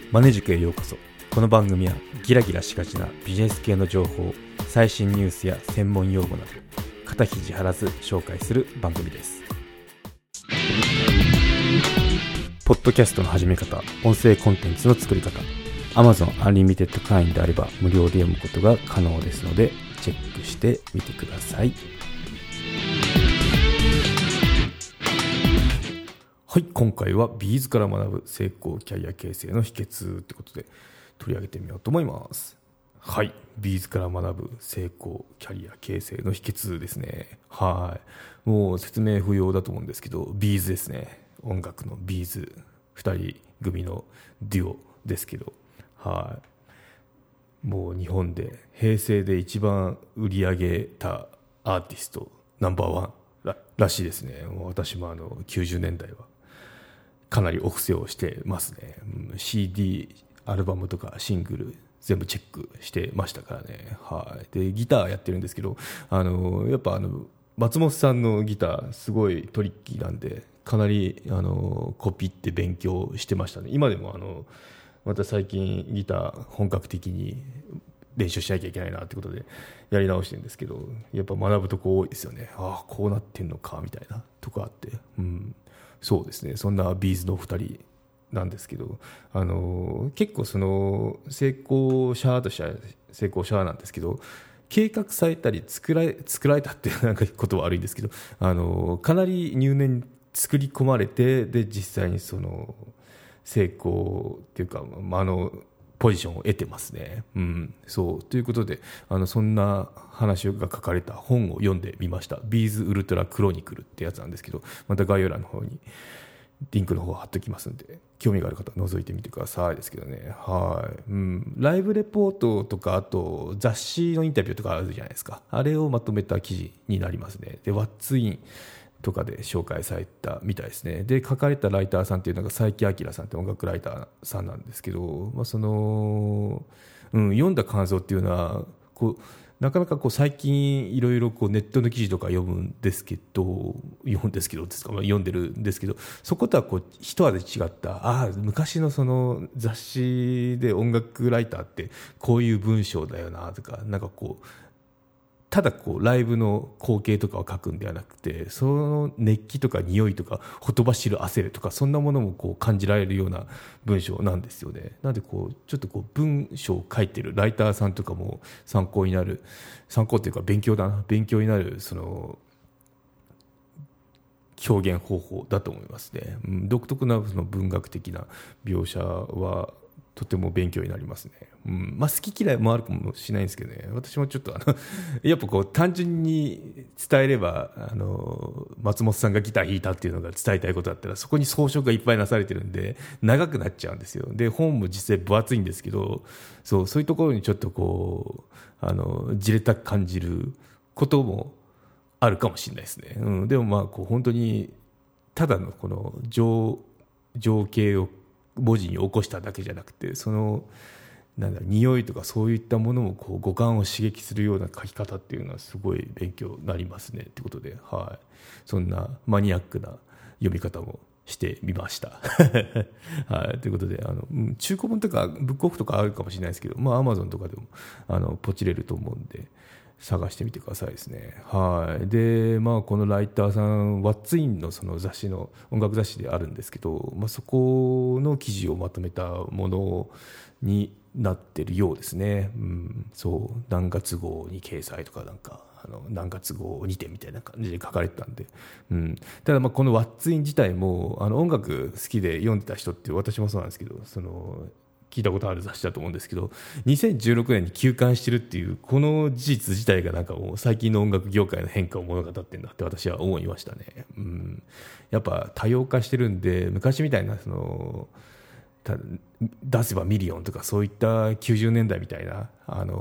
マネ塾へようこそ。この番組はギラギラしがちなビジネス系の情報、最新ニュースや専門用語など肩肘張らず紹介する番組です。ポッドキャストの始め方、音声コンテンツの作り方、 Amazon Unlimited 会員であれば無料で読むことが可能ですのでチェックしてみてください。はい、今回はビーズから学ぶ成功キャリア形成の秘訣ということで取り上げてみようと思います。はい、ビーズから学ぶ成功キャリア形成の秘訣ですね。はい、もう説明不要だと思うんですけど、ビーズですね。音楽のビーズ2人組のデュオですけど、はい、もう日本で平成で一番売り上げたアーティストナンバーワン らしいですね。もう私も90年代はかなりお布施をしてますね。CD、アルバムとかシングル全部チェックしてましたからね。はい。でギターやってるんですけど、やっぱ松本さんのギターすごいトリッキーなんで、かなりコピって勉強してましたね。今でもまた最近ギター本格的に練習しなきゃいけないなってことでやり直してるんですけど、やっぱ学ぶとこ多いですよね。ああこうなってんのかみたいなとこあって、そうですね。そんなビーズの2人なんですけど、結構その成功者としては成功者なんですけど、計画されたり作られたってなんか言葉悪いんですけど、かなり入念に作り込まれて、で実際にその成功っていうか、ポジションを得てますね。そうということでそんな話が書かれた本を読んでみました。ビーズウルトラクロニクルってやつなんですけど、また概要欄の方にリンクの方貼っておきますので、興味がある方は覗いてみてくださいですけどね。はい、ライブレポートとか、あと雑誌のインタビューとかあるじゃないですか。あれをまとめた記事になりますね。で、ワッツインとかで紹介されたみたいですね。で、書かれたライターさんっていうのが佐伯明さんって音楽ライターさんなんですけど、その、読んだ感想っていうのはなかなか最近いろいろネットの記事とか読むんですけど読んでるんですけど、そことは一味違った、昔のその雑誌で音楽ライターってこういう文章だよなとか、なんかただライブの光景とかを書くんではなくて、その熱気とか匂いとかほとばしる汗とか、そんなものも感じられるような文章なんですよね。なのでちょっと文章を書いてるライターさんとかも参考っていうか勉強になるその表現方法だと思いますね。独特なその文学的な描写はとても勉強になりますね。好き嫌いもあるかもしれないんですけどね。私もちょっとやっぱ単純に伝えれば松本さんがギター弾いたっていうのが伝えたいことだったら、そこに装飾がいっぱいなされてるんで長くなっちゃうんですよ。で本も実際分厚いんですけど、そういうところにちょっとじれたく感じることもあるかもしれないですね。でも本当にただの情景を文字に起こしただけじゃなくて、その匂いとかそういったものも五感を刺激するような書き方っていうのはすごい勉強になりますねってことで、そんなマニアックな読み方もしてみました。ということで中古本とかブックオフとかあるかもしれないですけど、Amazon とかでもポチれると思うんで探してみてくださいですね。で、このライターさんワッツインのその雑誌の音楽雑誌であるんですけど、そこの記事をまとめたものになってるようですね。そう何月号に掲載とか、何月号にてみたいな感じで書かれてたんで、ただこのワッツイン自体も音楽好きで読んでた人って、私もそうなんですけど、聞いたことある雑誌だと思うんですけど、2016年に休刊してるっていうこの事実自体がもう最近の音楽業界の変化を物語ってるんだって私は思いましたね。やっぱ多様化してるんで、昔みたいな出せばミリオンとかそういった90年代みたいな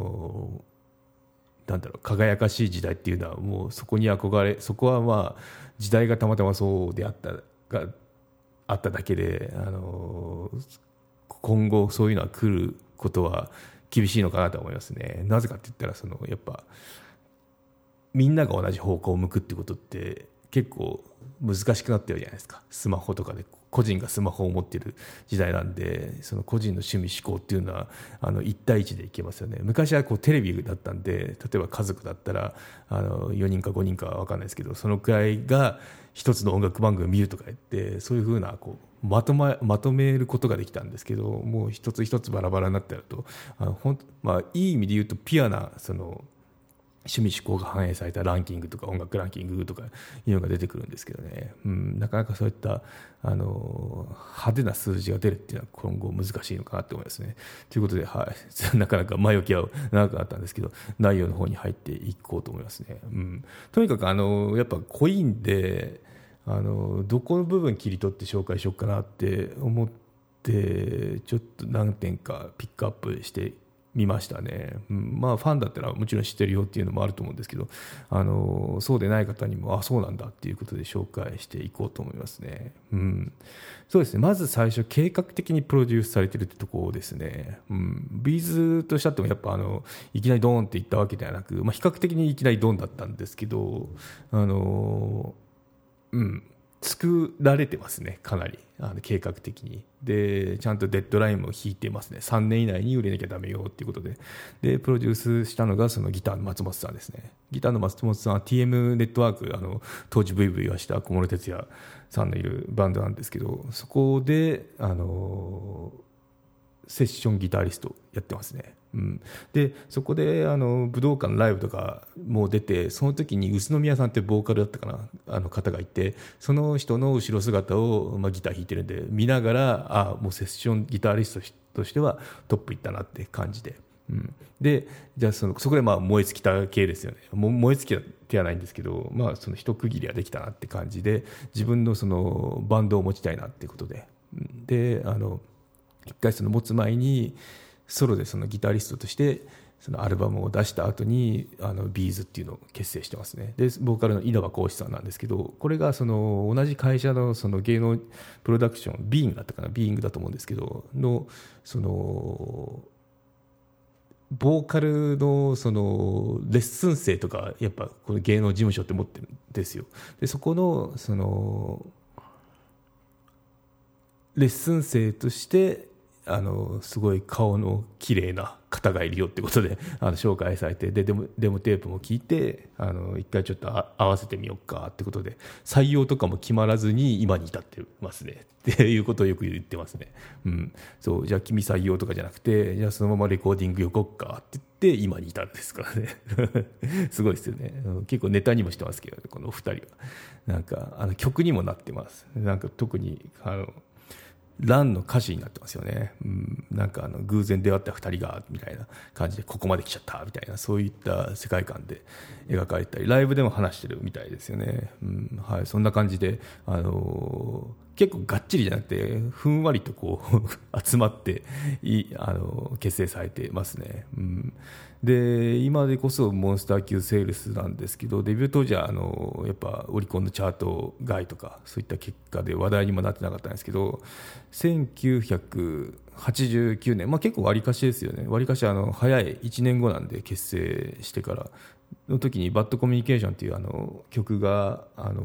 輝かしい時代っていうのはもうそこに憧れ、そこは時代がたまたまそうであっただけで、今後そういうのは来ることは厳しいのかなと思いますね。なぜかって言ったらやっぱみんなが同じ方向を向くってことって結構難しくなってるじゃないですか。スマホとかで個人がスマホを持っている時代なんで、その個人の趣味嗜好っていうのは1対1でいけますよね。昔はこうテレビだったんで、例えば家族だったら4人か5人かは分かんないですけど、そのくらいが一つの音楽番組を見るとか言って、そういうふうなこうまとめることができたんですけど、もう一つ一つバラバラになってやるといい意味で言うとピュアなその趣味嗜好が反映されたランキングとか音楽ランキングとかいうのが出てくるんですけどね、なかなかそういった派手な数字が出るっていうのは今後難しいのかなと思いますね。ということで、なかなか前置きは長くなったんですけど、内容の方に入っていこうと思いますね。とにかくやっぱ濃いんで、どこの部分切り取って紹介しようかなって思って、ちょっと何点かピックアップして見ましたね。ファンだったらもちろん知ってるよっていうのもあると思うんですけど、そうでない方にもそうなんだっていうことで紹介していこうと思いますね。そうですね。まず最初計画的にプロデュースされてるってところですね。ビーズとしてもやっぱいきなりドーンっていったわけではなく、比較的にいきなりドーンだったんですけど、作られてますね、かなり計画的に。でちゃんとデッドラインも引いてますね。3年以内に売れなきゃダメよっていうことで、プロデュースしたのがそのギターの松本さんですね。ギターの松本さんは TM ネットワーク、当時ブイブイはした小室哲哉さんのいるバンドなんですけど、そこでセッションギタリストやってますね。でそこで武道館のライブとかも出て、その時に宇都宮さんってボーカルだったかな、方がいて、その人の後ろ姿を、ギター弾いてるんで見ながら、もうセッションギタリストとしてはトップいったなって感じで、でじゃあそこで燃え尽きた系ですよね。もう燃え尽きてはないんですけど、その一区切りはできたなって感じで、自分のそのバンドを持ちたいなっていうことで、一回その持つ前にソロでそのギタリストとしてそのアルバムを出した後にビーズっていうのを結成してますね。でボーカルの稲葉浩志さんなんですけど、これがその同じ会社のその芸能プロダクションビーイングだったかな、ビーイングだと思うんですけどのそのボーカルのそのレッスン生とかやっぱこの芸能事務所って持ってるんですよ。でそこのそのレッスン生としてすごい顔の綺麗な方がいるよってことで紹介されて、でデモテープも聞いて一回ちょっと合わせてみようかってことで、採用とかも決まらずに今に至ってますねっていうことをよく言ってますね。そうじゃあ君採用とかじゃなくて、じゃあそのままレコーディングよこっかって言って今に至るんですからねすごいですよね。結構ネタにもしてますけどね、このお二人は。なんか曲にもなってます。なんか特にランの歌詞になってますよね。なんか偶然出会った2人がみたいな感じでここまで来ちゃったみたいな、そういった世界観で描かれたり、ライブでも話してるみたいですよね。そんな感じで、結構がっちりじゃなくてふんわりとこう集まって結成されてますね。で今でこそモンスター級セールスなんですけど、デビュー当時はやっぱオリコンのチャート外とかそういった結果で話題にもなってなかったんですけど、1989年、結構割りかしですよね。割りかし早い1年後なんで、結成してからの時にバッドコミュニケーションという曲が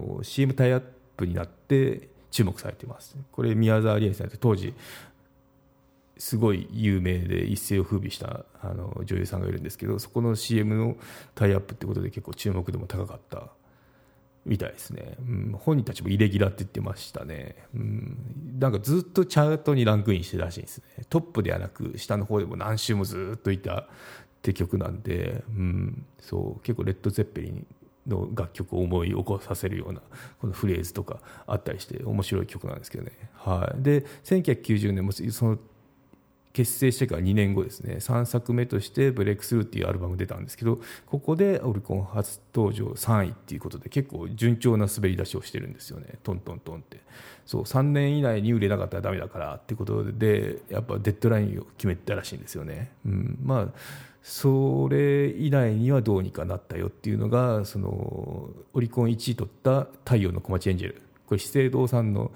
CM タイアップになって注目されています。これ宮沢りえさんって当時すごい有名で一世を風靡した女優さんがいるんですけど、そこの CM のタイアップってことで結構注目度も高かったみたいですね。本人たちもイレギュラーって言ってましたね。なんかずっとチャートにランクインしてるらしいんですね。トップではなく下の方でも何週もずっといたって曲なんで、そう結構レッド・ゼッペリンの楽曲を思い起こさせるようなこのフレーズとかあったりして面白い曲なんですけどね。で1990年もその結成してから2年後ですね、3作目としてブレイクスルーっていうアルバム出たんですけど、ここでオリコン初登場3位っていうことで結構順調な滑り出しをしてるんですよね。トントントンって、そう3年以内に売れなかったらダメだからっていうことでやっぱデッドラインを決めたらしいんですよね。それ以内にはどうにかなったよっていうのがそのオリコン1位取った太陽の小町エンジェル、これ資生堂さんの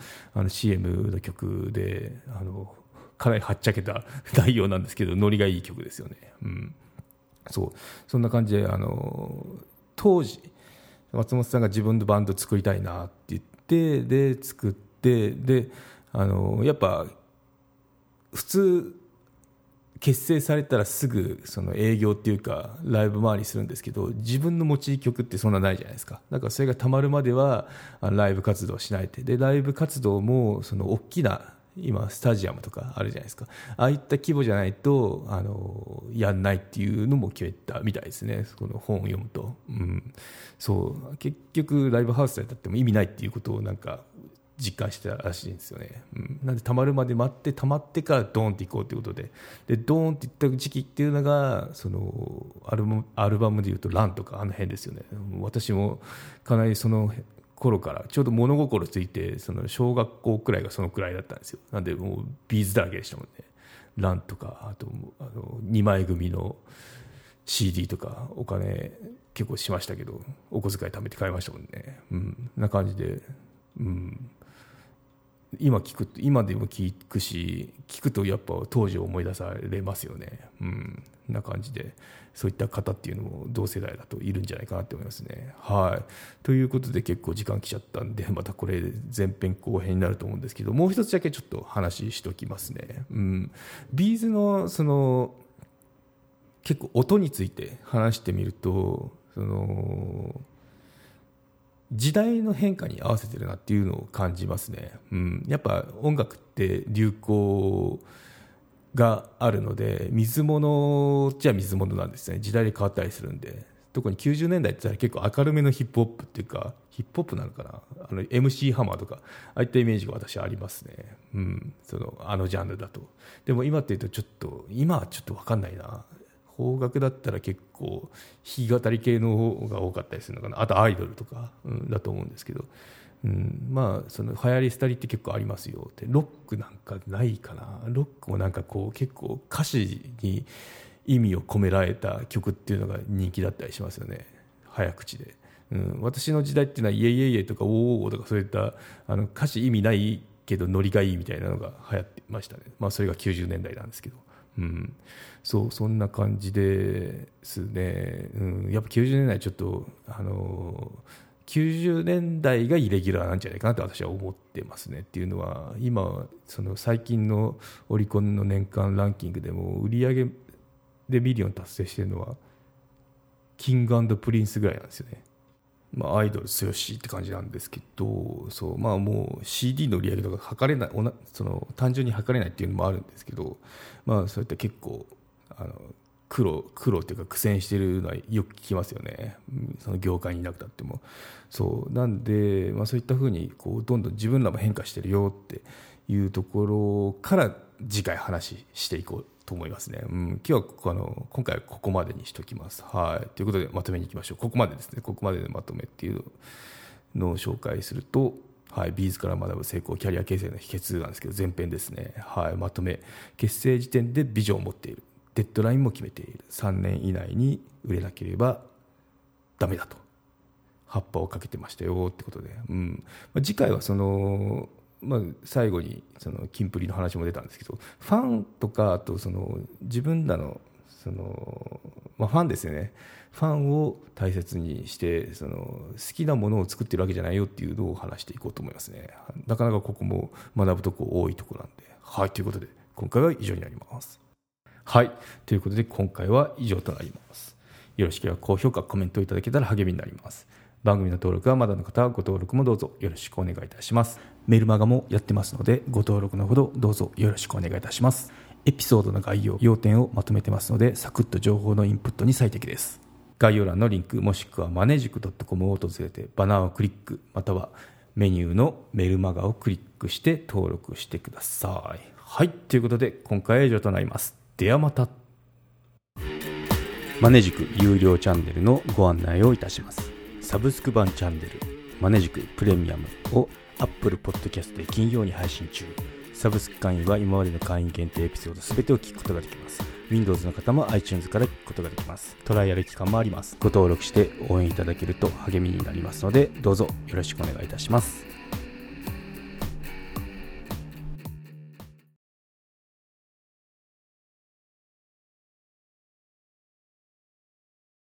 CM の曲でかなりはっちゃけた内容なんですけど、ノリがいい曲ですよね。そんな感じで当時松本さんが自分のバンド作りたいなって言って、で作って、でやっぱ普通結成されたらすぐその営業っていうかライブ回りするんですけど、自分の持ち曲ってそんなないじゃないですか。だからそれがたまるまではライブ活動しないで、ライブ活動もその大きな今スタジアムとかあるじゃないですか、ああいった規模じゃないとやんないっていうのも決めたみたいですね、この本を読むと。そう結局ライブハウスでやっても意味ないっていうことをなんか実感してたらしいんですよね。なんでたまるまで待ってたまってからドーンっていこうということで、ドーンっていった時期っていうのがそのアルバムでいうとランとかあの辺ですよね。私もかなりその頃からちょうど物心ついて、その小学校くらいがそのくらいだったんですよ。なんでもうビーズだらけでしたもんね。ランとかあと2枚組の CD とかお金結構しましたけど、お小遣い貯めて買いましたもんね。な感じで、今でも聞くし、聞くとやっぱ当時を思い出されますよね。な感じで、そういった方っていうのも同世代だといるんじゃないかなと思いますね。ということで結構時間来ちゃったんで、またこれ前編後編になると思うんですけど、もう一つだけちょっと話しておきますね。ビーズのその結構音について話してみると、その時代の変化に合わせてるなっていうのを感じますね。やっぱ音楽って流行があるので、水物じゃ水物なんですね。時代で変わったりするんで、特に90年代って言ったら結構明るめのヒップホップっていうか、ヒップホップなのかな、MC ハマーとかああいったイメージが私はありますね。そのジャンルだと。でも今って言うと今はちょっと分かんないな。邦楽だったら結構弾き語り系の方が多かったりするのかな。あとアイドルとか、だと思うんですけど、まあその流行り廃りって結構ありますよって。ロックなんかないかな。ロックもなんかこう結構歌詞に意味を込められた曲っていうのが人気だったりしますよね、早口で。私の時代っていうのはイエイエイエイとかオーオーとかそういった歌詞意味ないけどノリがいいみたいなのが流行ってましたね。それが90年代なんですけど、そんな感じですね。やっぱ90年代ちょっと90年代がイレギュラーなんじゃないかなと私は思ってますね。っていうのは今その最近のオリコンの年間ランキングでも売り上げでミリオン達成してるのはキング&プリンスぐらいなんですよね。アイドル強しって感じなんですけど、もう CD の売り上げとか測れない、単純に測れないっていうのもあるんですけど、そういった結構苦労っていうか苦戦しているのはよく聞きますよね。その業界にいなくなっても。なんで、そういったふうにこうどんどん自分らも変化してるよっていうところから次回話していこうと思いますね。今日は今回はここまでにしておきます。ということでまとめにいきましょう。ここまでですね。ここまででまとめっていうのを紹介すると、ビーズから学ぶ成功キャリア形成の秘訣なんですけど、前編ですね。まとめ、結成時点でビジョンを持っている、デッドラインも決めている、3年以内に売れなければダメだと葉っぱをかけてましたよってことで、次回は最後にそのキンプリの話も出たんですけど、ファンとかあと自分らのファンですよね。ファンを大切にして好きなものを作ってるわけじゃないよっていうのを話していこうと思いますね。なかなかここも学ぶとこ多いところなんで、ということで今回は以上になります。ということで今回は以上となります。よろしければ高評価コメントいただけたら励みになります。番組の登録はまだの方はご登録もどうぞよろしくお願いいたします。メルマガもやってますのでご登録のほどどうぞよろしくお願いいたします。エピソードの概要点をまとめてますのでサクッと情報のインプットに最適です。概要欄のリンクもしくはマネジク .com を訪れてバナーをクリックまたはメニューのメルマガをクリックして登録してください。ということで今回は以上となります。ではまた。マネジク有料チャンネルのご案内をいたします。サブスク版チャンネルマネジクプレミアムを Apple Podcast で金曜に配信中。サブスク会員は今までの会員限定エピソード全てを聞くことができます。 Windows の方も iTunes から聞くことができます。トライアル期間もあります。ご登録して応援いただけると励みになりますのでどうぞよろしくお願いいたします。